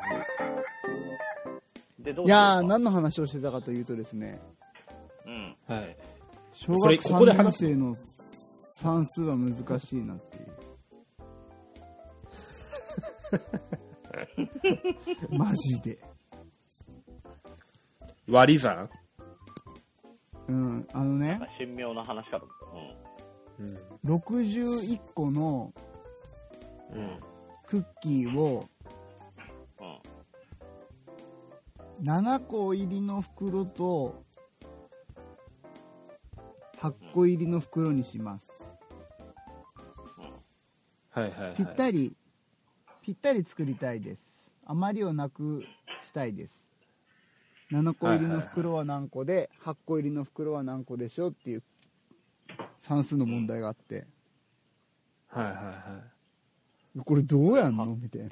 でどういやー、何の話をしてたかというとですね、 はい。 小学ここで 3年話す生の算数は難しいなっていう。マジで。 割り算。 あのね、 神妙な話かと思った。 61個のクッキーを7個入りの袋と8個入りの袋にします。 はいはいはい。 ぴったり作りたいです。余りをなくしたいです。7個入りの袋は何個で、8個入りの袋は何個でしょっていう算数の問題があって、 はいはいはい。 これどうやんのみたいな。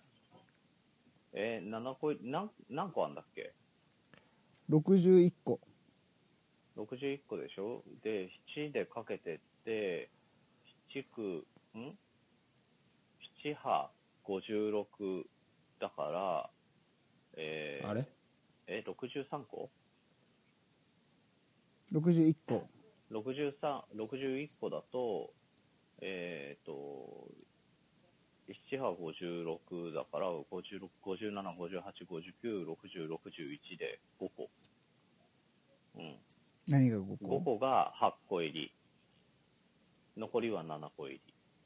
7個何個あんだっけ 61個。 61個でしょ。で7でかけてって7波56だから、 あれ 63個 61個。 61個だと7波56だから56、57、58、59、60、61で5個。 何が5個 ?5 個が8個入り。残りは7個入り。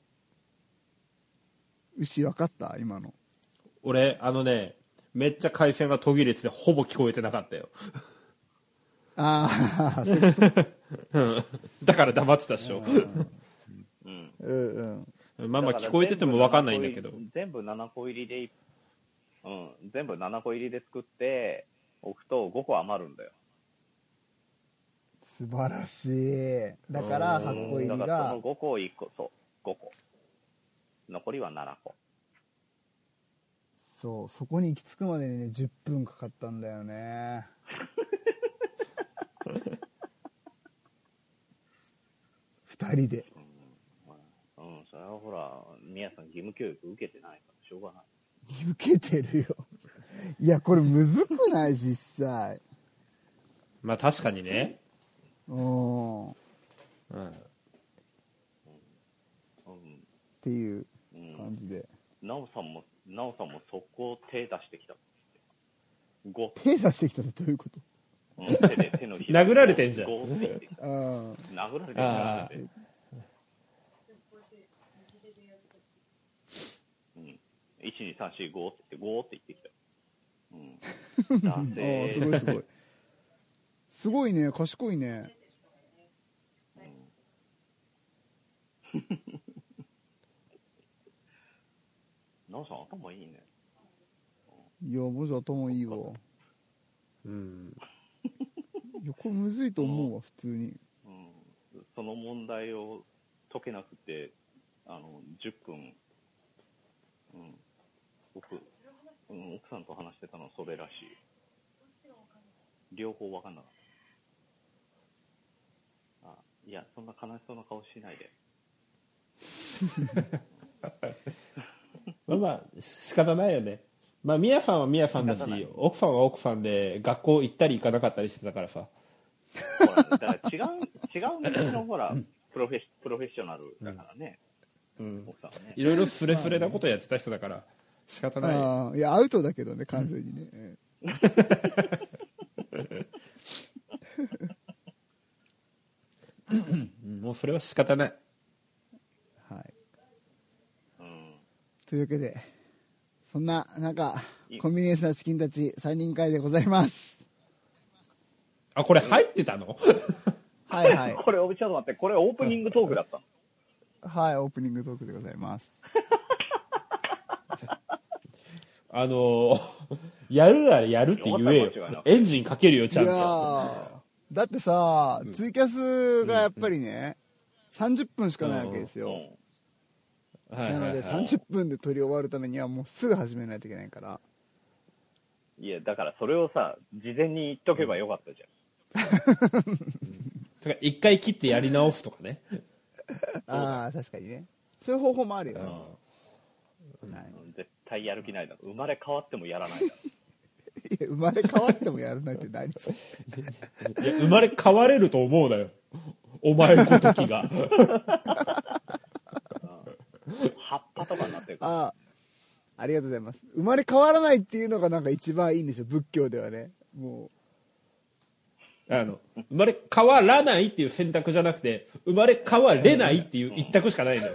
牛分かった今の。 俺めっちゃ回線が途切れててほぼ聞こえてなかったよ。 ああ、そういうことだから黙ってたっしょ。まあまあ聞こえてても分かんないんだけど。 全部7個入りで、全部7個入りで作っておくと5個余るんだよ。 素晴らしい。だから8個入りが。 だからその5個を1個、そう、5個。残りは7個。 そう、そこに行き着くまでにね、10分かかったんだよね。2人で。 それはほら、宮さん義務教育受けてないからしょうがない。 受けてるよ。いや、これむずくない実際。 まあ確かにね。 っていう感じで。 なおさんもそこ手出してきた。 手出してきたってどういうこと？ 手のひら殴られてんじゃん。 殴られてんじゃん。1、2、3、4、5って言ってきた。 すごいすごい。すごいね、賢いね。 なおさん頭いいね。 いや、マジ頭いいわ。いや、これむずいと思うわ、普通に。 その問題を解けなくて10分、奥さんと話してたのはそれらしい。両方分かんなかった。いや、そんな悲しそうな顔しないで。 まあまあ仕方ないよね。まあミヤさんはミヤさんだし、奥さんは奥さんで学校行ったり行かなかったりしてたからさ。 ほらだから違う道のほらプロフェッショナルだからね。奥さんはね。 いろいろスレスレなことやってた人だから仕方ないよ。 いやアウトだけどね、完全にね。 もうそれは仕方ない。 はい。というわけで、そんななんかコンビニエンスなチキンたち3人会でございます。 あ、これ入ってたの？ はいはい。 これちょっと待って、これオープニングトークだったの？ はい、オープニングトークでございます。 やるならやるって言えよ。エンジンかけるよちゃんと。 だってさ、ツイキャスがやっぱりね、30分しかないわけですよ。なので30分で撮り終わるためにはもうすぐ始めないといけないから。 いや、だからそれをさ、事前に言っとけばよかったじゃん。 とか一回切ってやり直すとかね。 確かにね。そういう方法もあるよね。 絶対やる気ないだろ。生まれ変わってもやらないだろ。 いや生まれ変わってもやらないって何？ いや生まれ変われると思うなよお前ごときが葉っぱとかになってるから。 ありがとうございます。生まれ変わらないっていうのがなんか一番いいんでしょ、仏教ではね。も生まれ変わらないっていう選択じゃなくて生まれ変われないっていう一択しかないのよ、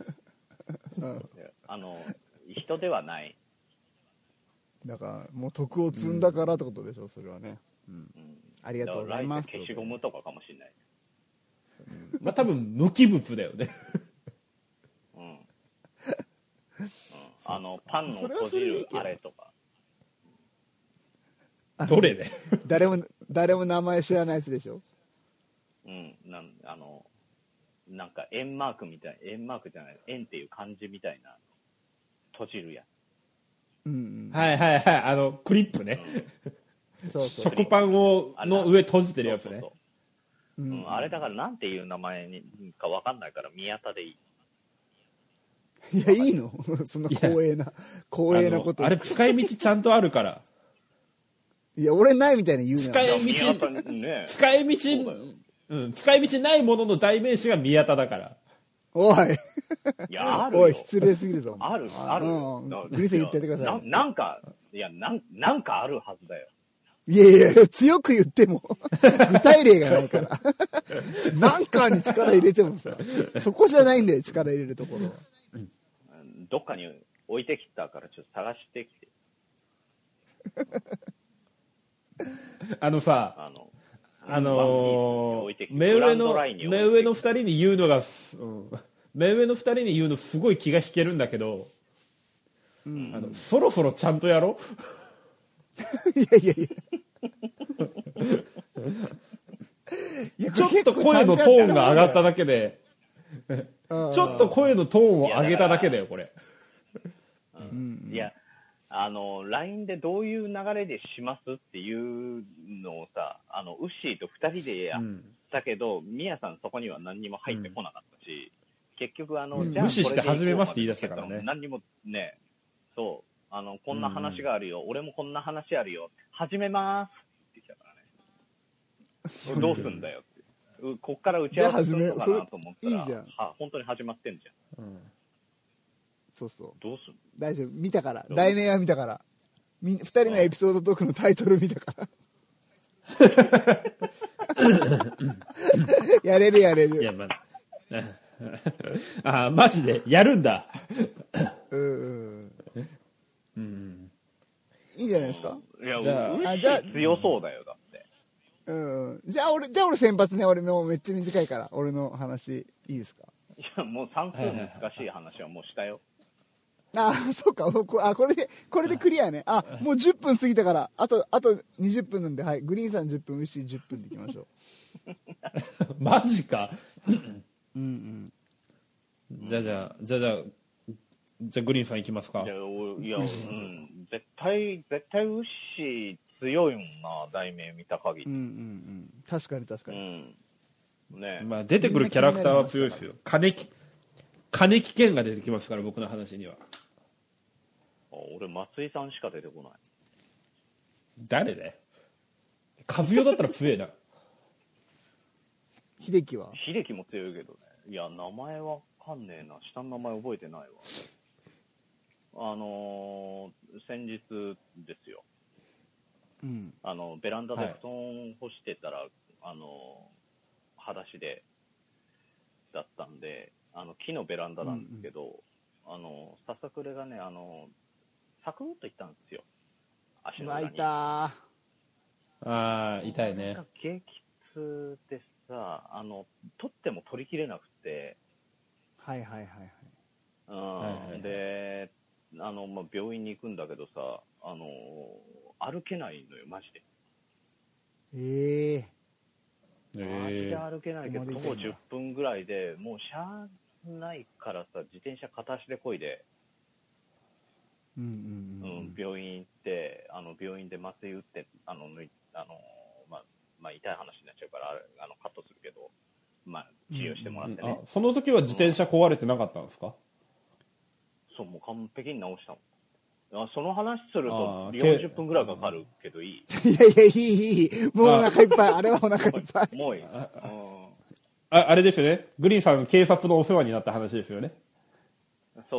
人ではない。 うだからもう徳を積んだからってことでしょ、それはね。ありがとうございます。 消しゴムとかかもしれない。 まあ多分無機物だよねパンの閉じるあれとか。 どれで誰も名前知らないやつでしょ。 なんか円マークみたい、円マークじゃない、円っていう漢字みたいな閉じるやはいはいはいクリップね、 そうそう。 食パンの上閉じてるやつね。 あれだからなんていう名前にかわかんないから宮田でいい。 いやいいのそんな光栄なことをあれ使い道ちゃんとあるから。 いや俺ないみたいに言うなよ。 使い道ないものの代名詞が宮田だから。 おいいやあるよ。 おい失礼すぎるぞ。 あるグリセン言ってやってください。 なんかあるはずだよ。 いやいや強く言っても具体例がないからなんかに力入れてもさ、そこじゃないんだよ、力入れるところは。 どっかに置いてきたからちょっと探してきて。 目上の2人に言うのが、目上の2人に言うのすごい気が引けるんだけど、そろそろちゃんとやろいやちょっと声のトーンが上がっただけでちょっと声のトーンを上げただけだよこれ。 いやLINE でどういう流れでしますっていうのをさ、ウッシーと2人でやったけど、ミヤさんそこには何にも入ってこなかったし、結局じゃあ無視して始めますって言い出したからね。 何にもね、そうこんな話があるよ、俺もこんな話あるよ、始めますって言ってきたからね。どうすんだよって。こっから打ち合わせするのかなと思ったら、 いいじゃん。 本当に始まってんじゃん。 そうそう。 どうする？ 大丈夫、見たから。題名は見たから。2人のエピソードトークのタイトル見たからやれる。 いや、マジでやるんだ。 いいんじゃないですか。 いや、じゃあ強そうだよ、だって。 じゃあ俺先発ね。俺もうめっちゃ短いから俺の話いいですか。 いや、もう算数難しい話はもうしたよ。 そうか。これでクリアね。もう10分過ぎたから、あと20分なんで、はい。グリーンさん10分、ウッシー10分でいきましょう。 マジか。じゃあグリーンさんいきますか。 いや、絶対ウッシー強いもんな、題名見た限り。 確かに。 ね。 まあ出てくるキャラクターは強いですよ。金木健が出てきますから僕の話には。 俺松井さんしか出てこない。 誰だよ。和代だったら強えな。 秀樹も強いけどね。いや、名前わかんねえな。下の名前覚えてないわ。先日ですよ。ベランダで布団干してたら、裸足でだったんで、木のベランダなんですけど、ささくれがね、サクッといったんですよ。足の裏に。 痛いね。 激痛でさ、取っても取りきれなくて。で、病院に行くんだけどさ、歩けないのよ、マジで。マジで歩けないけど、徒歩10分ぐらいでもうしゃあないからさ、自転車片足でこいで、病院行って、病院で麻酔打って、痛い話になっちゃうからカットするけど、治療してもらってね。 その時は自転車壊れてなかったんですか？ そう、もう完璧に直したもん。その話すると40分ぐらいかかるけどいい。 いやいや、いい。もうお腹いっぱい。あれはお腹いっぱい。 もういい。 あれですよね。グリーンさん、警察のお世話になった話ですよね。 そう。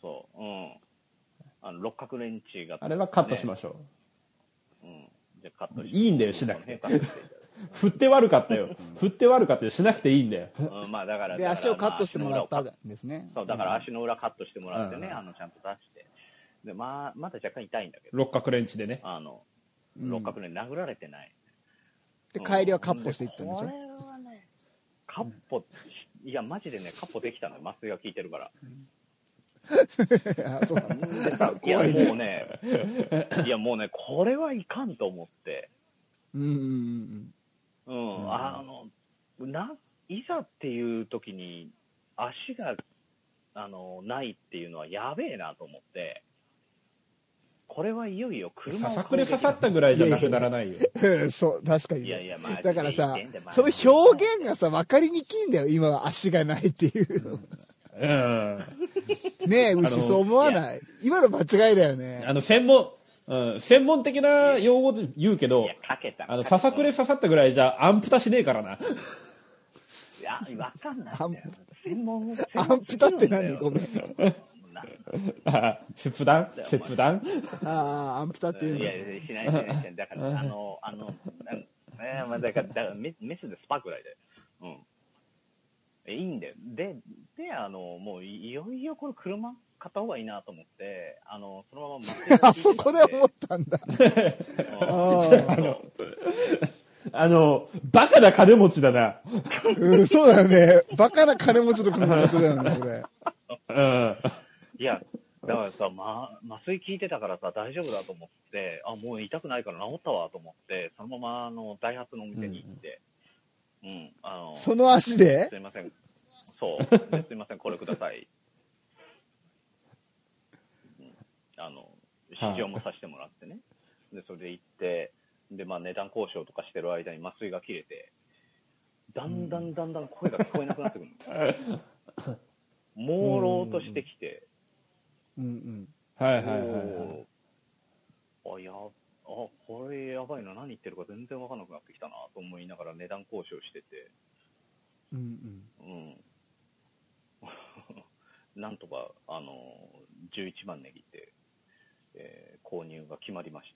六角レンチが、ね。 あれはカットしましょう。じゃカットして。 いいんだよ、しなくて。振って悪かったよ。振って悪かったよ。しなくていいんだよ。 まあだから。 で、足をカットしてもらったんですね。 そう、だから足の裏カットしてもらってね、ちゃんと出して。で、まだ若干痛いんだけど。 六角レンチでね。 六角レンチ殴られてない。 で、帰りはカッポしていったんでしょ。 これはね、カッポ、いや、マジでね、カッポできたのよ。麻酔が効いてるから。 あ、そうなんだ。 いや、もうね、これはいかんと思って。いざっていう時に足がないっていうのはやべえなと思って、これはいよいよ車をささくれ刺さったぐらいじゃなくならないよ。 そう、確かに、ね。 いやいや、 だからさ、その表現がさ、分かりにくいんだよ。今は足がないっていう。ねえ、牛、そう思わない？今の間違いだよね。 専門的な用語で言うけど、ささくれ刺さったぐらいじゃアンプタしねえからな。 いや、わかんないんだよ。 アンプタって何？ごめん。 切断アンプタっていうの。 いや、しない。だから、だからメスでスパぐらいで。いいんだよ。で、もういよいよこれ車買った方がいいなと思って、そのままあそこで思ったんだ。 バカな金持ちだな。 そうだよね。バカな金持ちとかのことだよね、これ。 いや、だからさ、麻酔効いてたからさ、大丈夫だと思って、もう痛くないから治ったわと思って、そのままダイハツのお店に行って、 その足ですいません。そう。すいません、これください。試乗もさせてもらってね。で、それで行って、で、値段交渉とかしてる間に麻酔が切れて、だんだん声が聞こえなくなってくるの。朦朧としてきて、これやばいな、何言ってるか全然分かんなくなってきたなと思いながら値段交渉してて、なんとか11万値切って、購入が決まりました。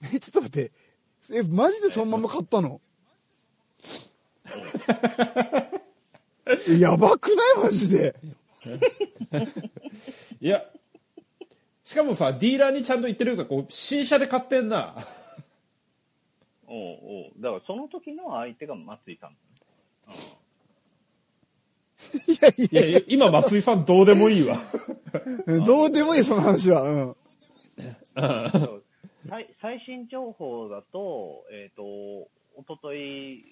ちょっと待って、マジでそのまま買ったの？やばくないマジで。 いや、しかもさ、ディーラーにちゃんと言ってるとこう新車で買ってんな。 だからその時の相手が松井さん。 いや今松井さんどうでもいいわ。 どうでもいいその話は。 最新情報だと、おととい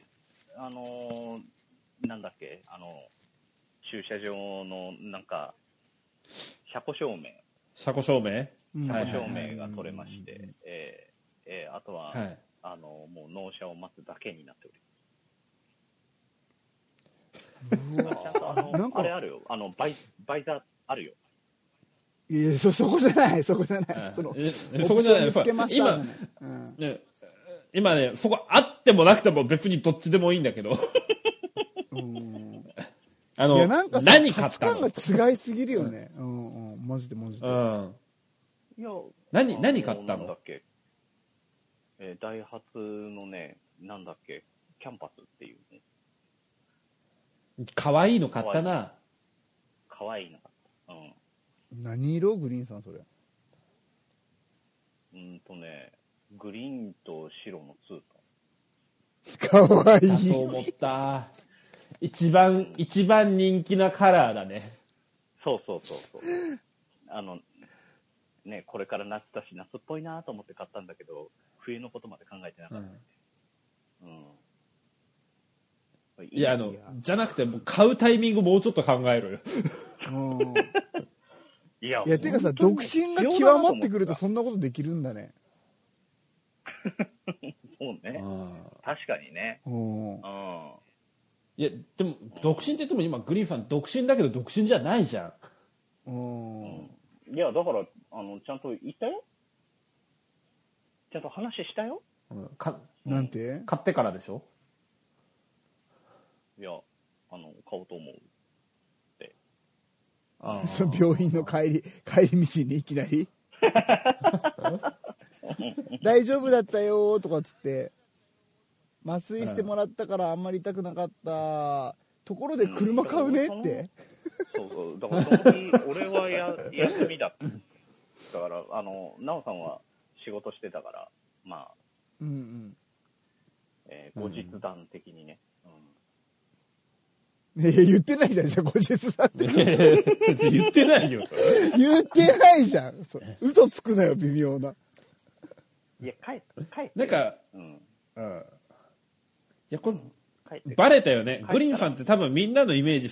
なんだっけ、駐車場のなんか車庫証明が取れまして、あとは、もう納車を待つだけになっております。ちゃんとあれあるよ、バイザーあるよ。 いや、そこじゃない。そこじゃない。 そこじゃない。今ね、そこあってもなくても別にどっちでもいいんだけど。 いや、なんか何買ったの？ 価値観が違いすぎるよね。マジで。 いや、 何買ったの？ なんだっけ、ダイハツのね、なんだっけ、キャンパスっていうね。 可愛いの買ったな。 可愛いの買った。 何色？グリーンさんそれ。 グリーンと白のツート。かわいい。 だと思った。一番人気なカラーだね。 そう。ね、これから夏だし、夏っぽいなと思って買ったんだけど、冬のことまで考えてなかった。 いや、じゃなくて、もう買うタイミングもうちょっと考えろよ。 いや、てかさ、独身が極まってくるとそんなことできるんだね。 そうね。確かにね。 いや、でも、独身って言っても今、グリーンさん独身だけど独身じゃないじゃん。 いやだからちゃんと言ったよ。ちゃんと話したよ。 なんて買ってからでしょ。 いや買おうと思うって。 その病院の帰り道にいきなり大丈夫だったよとかっつって麻酔してもらったからあんまり痛くなかったところで車買うねって。 そうだからその日俺は休みだった。だから奈緒さんは仕事してたからまあ後日談的にね。 言ってないじゃん、じゃあ後日談って言ってないよ。 言ってないじゃん。嘘つくなよ、微妙な。 いや帰ってなんかいやこれバレたよね。グリーンさんって多分みんなのイメージ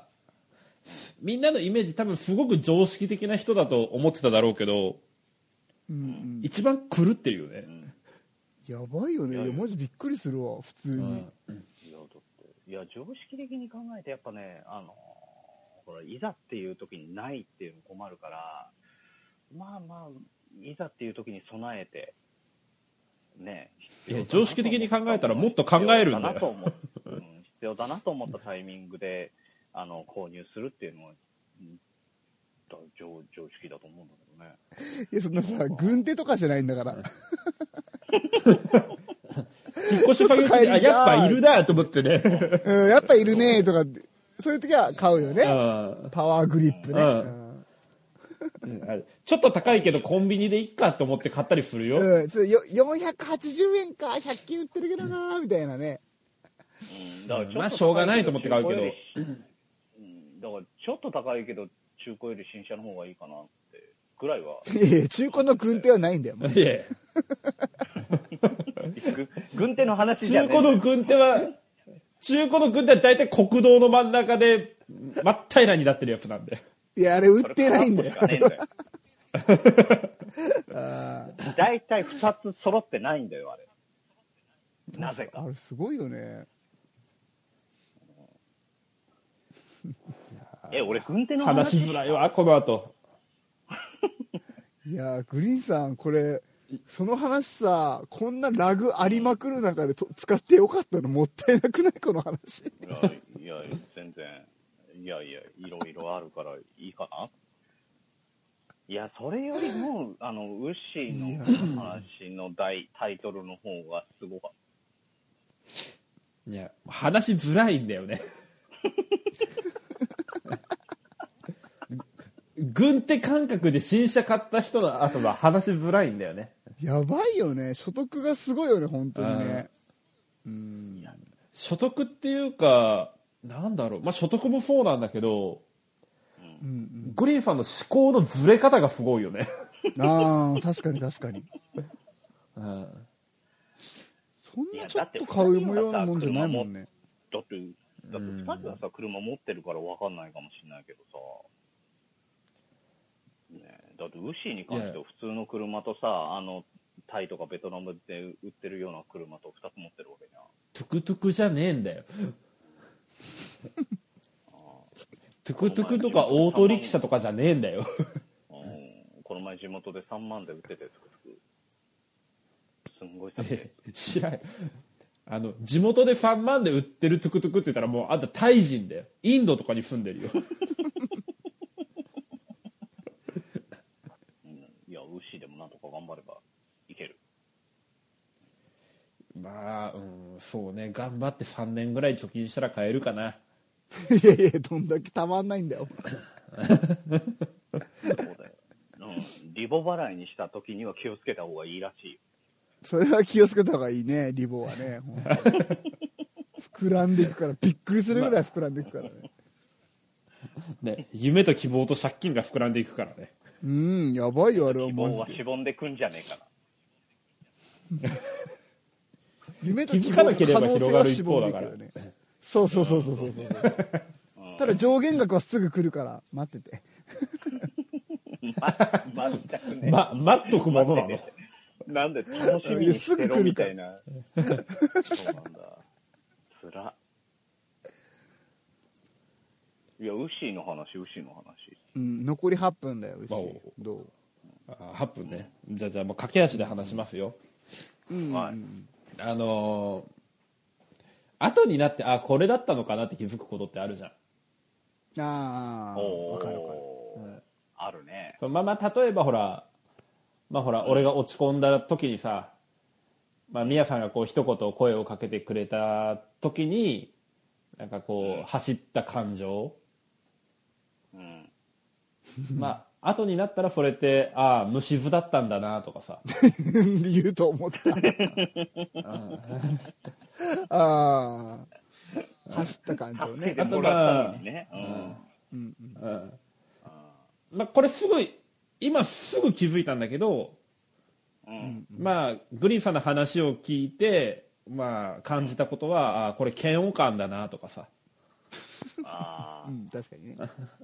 多分すごく常識的な人だと思ってただろうけど、一番狂ってるよね。 やばいよね。いやマジびっくりするわ普通に。 いや常識的に考えてやっぱねほらいざっていう時にないっていうの困るから、まあいざっていう時に備えてね。 いや常識的に考えたらもっと考えるんだよ。 必要だなと思ったタイミングで購入するっていうのは常識だと思うんだけどね。 いやそんなさ軍手とかじゃないんだから引っ越し作業中にやっぱいるなと思ってねやっぱいるねとかそういう時は買うよね。パワーグリップね。 ちょっと高いけどコンビニでいっかと思って買ったりするよ。 480円か100均売ってるけどなみたいなね。 まあしょうがないと思って買うけど、 だからちょっと高いけど中古より新車の方がいいかなってぐらいは。 いや中古の軍手はないんだよ。 いや軍手の話じゃねえ。 中古の軍手は大体国道の真ん中で真っ平らになってるやつなんで。 いやあれ売ってないんだよ。 大体2つ揃ってないんだよあれ。なぜか。 あれすごいよね。 俺軍手の話しづらいわこの後。 いやグリーンさんこれその話さこんなラグありまくる中で使ってよかったのもったいなくないこの話。 いや全然いろいろあるからいいかな。いやそれよりもウッシーの話のタイトルの方がすごかった。 いや話しづらいんだよね軍手感覚で新車買った人の後は話しづらいんだよね。 やばいよね。所得がすごいよね本当にね。 所得っていうかなんだろう、まあ所得もそうなんだけど、グリーンさんの思考のずれ方がすごいよねああ確かに、そんなちょっと買うようなもんじゃないもんね。 だって2人はさ車持ってるから分かんないかもしれないけどさ、だってウッシーに関しては普通の車とさタイとかベトナムで売ってるような車と2つ持ってるわけじゃん。 トゥクトゥクじゃねえんだよトゥクトゥクとかオートリキシャとかじゃねえんだよこの前地元で3万で売っててトゥクトゥクすんごい高い。 知らん。地元で3万で売ってるトゥクトゥクって言ったらもうあんたタイ人だよ。インドとかに住んでるよいやウッシーでもなんとか頑張ればいける。 まあそうね、頑張って3年ぐらい貯金したら買えるかな。 いやどんだけたまんないんだよそうだよ、リボ払いにした時には気をつけた方がいいらしいよ。 それは気をつけた方がいいね。リボはね膨らんでいくからびっくりするぐらい膨らんでいくからね、夢と希望と借金が膨らんでいくからね。 やばいよあれは希望はしぼんでくんじゃねえかな夢と希望気づかなければ広がる一方だからね。そうただ上限額はすぐ来るから待ってて待っとくものなのなんで楽しみにしてろみたいな。そうなんだ。つら。いやウッシーの話。 うん、残り8分だよ牛、どう？ 8分ね。じゃあもう駆け足で話しますよ。 はい。 後になってこれだったのかなって気づくことってあるじゃん。 ああ、わかるわかる。 あるね。 例えばほら、俺が落ち込んだ時にさ、みやさんがこう一言声をかけてくれた時になんかこう走った感情、後になったらそれって虫図だったんだなとかさ言うと思ったああ走った感情ね。 あとこれ今すぐ気づいたんだけど、グリーンさんの話を聞いて感じたことはこれ嫌悪感だなとかさ確かにね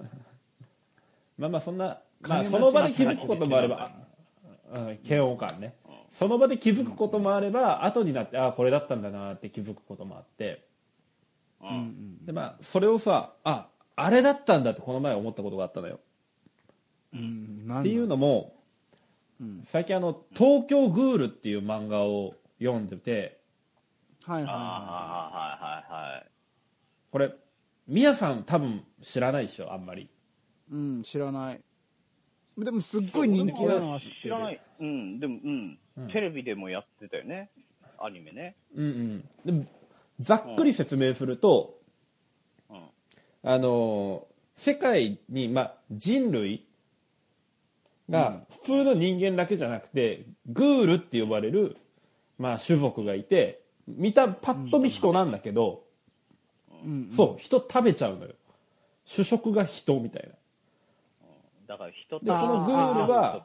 そんな、その場で気づくこともあれば嫌悪感ね、その場で気づくこともあれば後になってこれだったんだなって気づくこともあって、でそれをさあれだったんだってこの前思ったことがあったのよ、っていうのも、最近東京グールっていう漫画を読んでて、 はいはいはい、 これみやさん多分知らないでしょあんまり。 知らない。でもすっごい人気なのは知ってる。 知らない。でもテレビでもやってたよね、アニメね。 でもざっくり説明すると、世界に人類が普通の人間だけじゃなくて、グールって呼ばれる種族がいて、パッと見人なんだけど、そう人食べちゃうのよ。主食が人みたいな。 だから人でそのグールは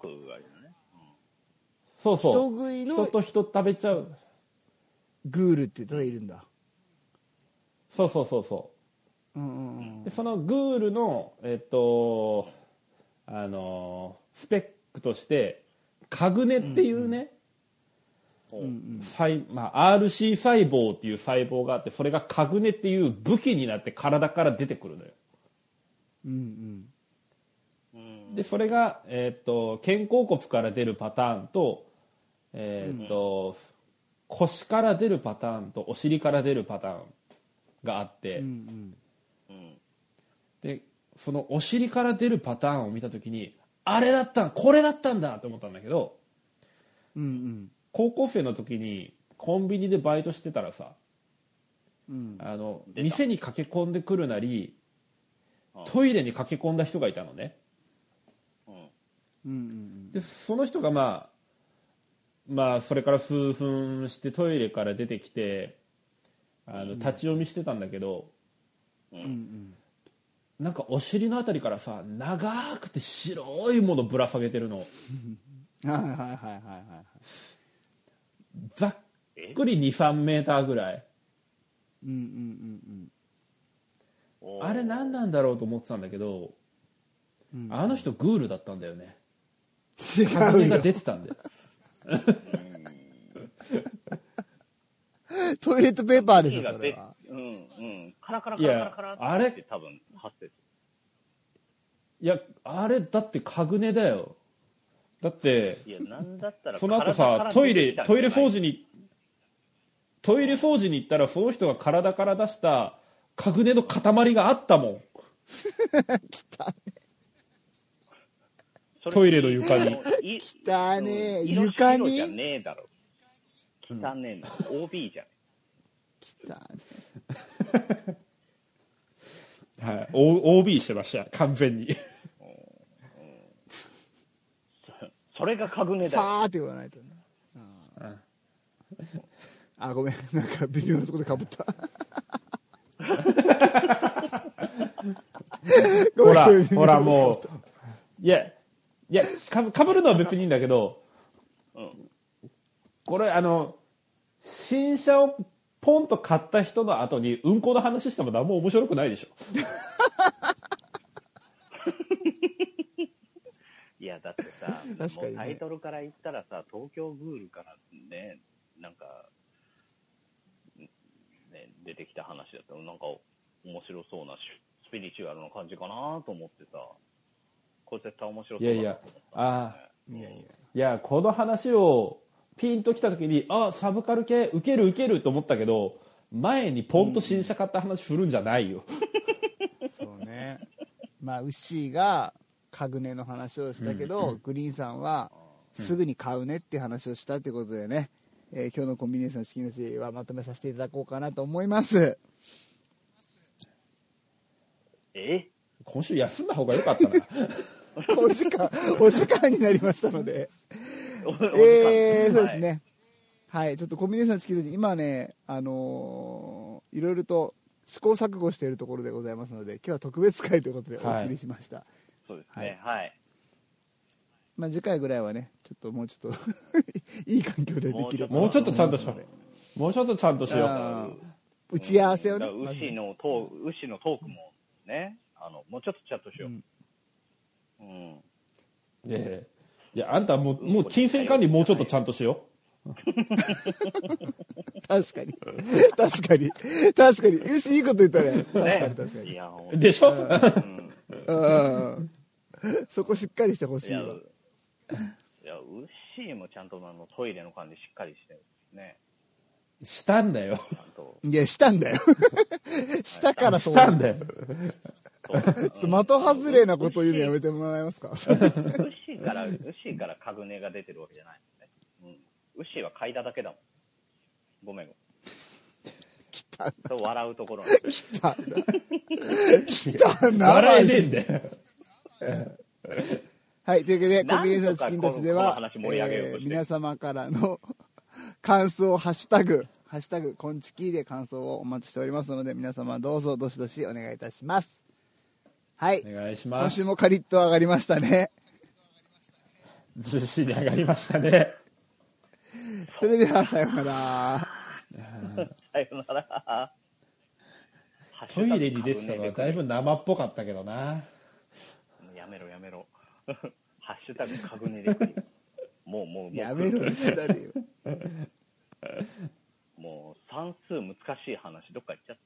そう人と人食べちゃうグールって人がいるんだ。 そうでそのグールのスペックとしてカグネっていうね、RC 細胞っていう細胞があって、それがカグネっていう武器になって体から出てくるのよ。でそれが、肩甲骨から出るパターンと、腰から出るパターンとお尻から出るパターンがあって、でそのお尻から出るパターンを見た時にこれだったんだと思ったんだけど、高校生の時にコンビニでバイトしてたらさ、店に駆け込んでくるなりトイレに駆け込んだ人がいたのね。でその人がそれから数分してトイレから出てきて立ち読みしてたんだけど、なんかお尻のあたりからさ長くて白いものぶら下げてるのざっくり 2,3 メーターぐらい、あれ何なんだろうと思ってたんだけど、あの人グールだったんだよね。 違うよ。 が出てたんだよトイレットペーパーでしょそれは。 カラカラカラカラカラって多分発生する。 いやあれだってカグネだよ。だってなんだったらその後さトイレ掃除に行ったらその人が体から出したカグネの塊があったもんトイレの床に。 汚ねえ床に。 じゃねえだろ。汚ねえの OB じゃん。 はい、OB してました完全にそれがカグネだよ。 ファーって言わないとね。ごめんなんか微妙なとこでかぶったほらもういやかぶるのは別にいいんだけど、これ新車をポンと買った人の後にうんこの話しても何も面白くないでしょいやだってさ、もうタイトルから言ったらさ、東京グールからね、なんかね出てきた話だったらなんか面白そうなスピリチュアルな感じかなと思ってさ。 これ絶対面白そうだな。 いやいやいやいやこの話をピンときた時にサブカル系ウケると思ったけど、前にポンと新車買った話振るんじゃないよ。 そうね。まあウッシーがカグネの話をしたけど、グリーンさんはすぐに買うねって話をしたってことでね、今日のコンビネーション式のしはまとめさせていただこうかなと思います。 今週休んだ方が良かったな。 お時間になりましたのでそうですね、はい、ちょっとコンビネーション式のし今ねいろいろと試行錯誤しているところでございますので、今日は特別会ということでお送りしました。 そうですね。はい。 まあ次回ぐらいはね、ちょっともうちょっといい環境でできる。 もうちょっとちゃんとしよう。もうちょっとちゃんとしよう。打ち合わせをね。 牛のトークもね、もうちょっとちゃんとしよう。 いやあんたもう金銭管理もうちょっとちゃんとしよう。 確かによしいいこと言ったね。確かにいやでしょ。 そこしっかりしてほしいわ。 いや牛もちゃんとトイレの管理しっかりしてね。 したんだよ。 いやしたんだよ。したからそうしたんだよ。 的外れなこと言うのやめてもらえますか。 牛からカグネが出てるわけじゃないのね。牛は嗅いだだけだもん。ごめん。そう笑うところ。 汚な。 笑えねえんだよ。 はい、というわけでコンビネーションチキンたちでは皆様からの感想ハッシュタグコンチキで感想をお待ちしておりますので、皆様どうぞどしどしお願いいたします。はい、 お願いします。 今週もカリッと上がりましたね。 ジューシーに上がりましたね。 それではさようなら。 さようなら。 トイレに出てたのはだいぶ生っぽかったけどな。 やめろハッシュタグカグネでくり。もうやめろよ。 もう算数難しい話どっか行っちゃった。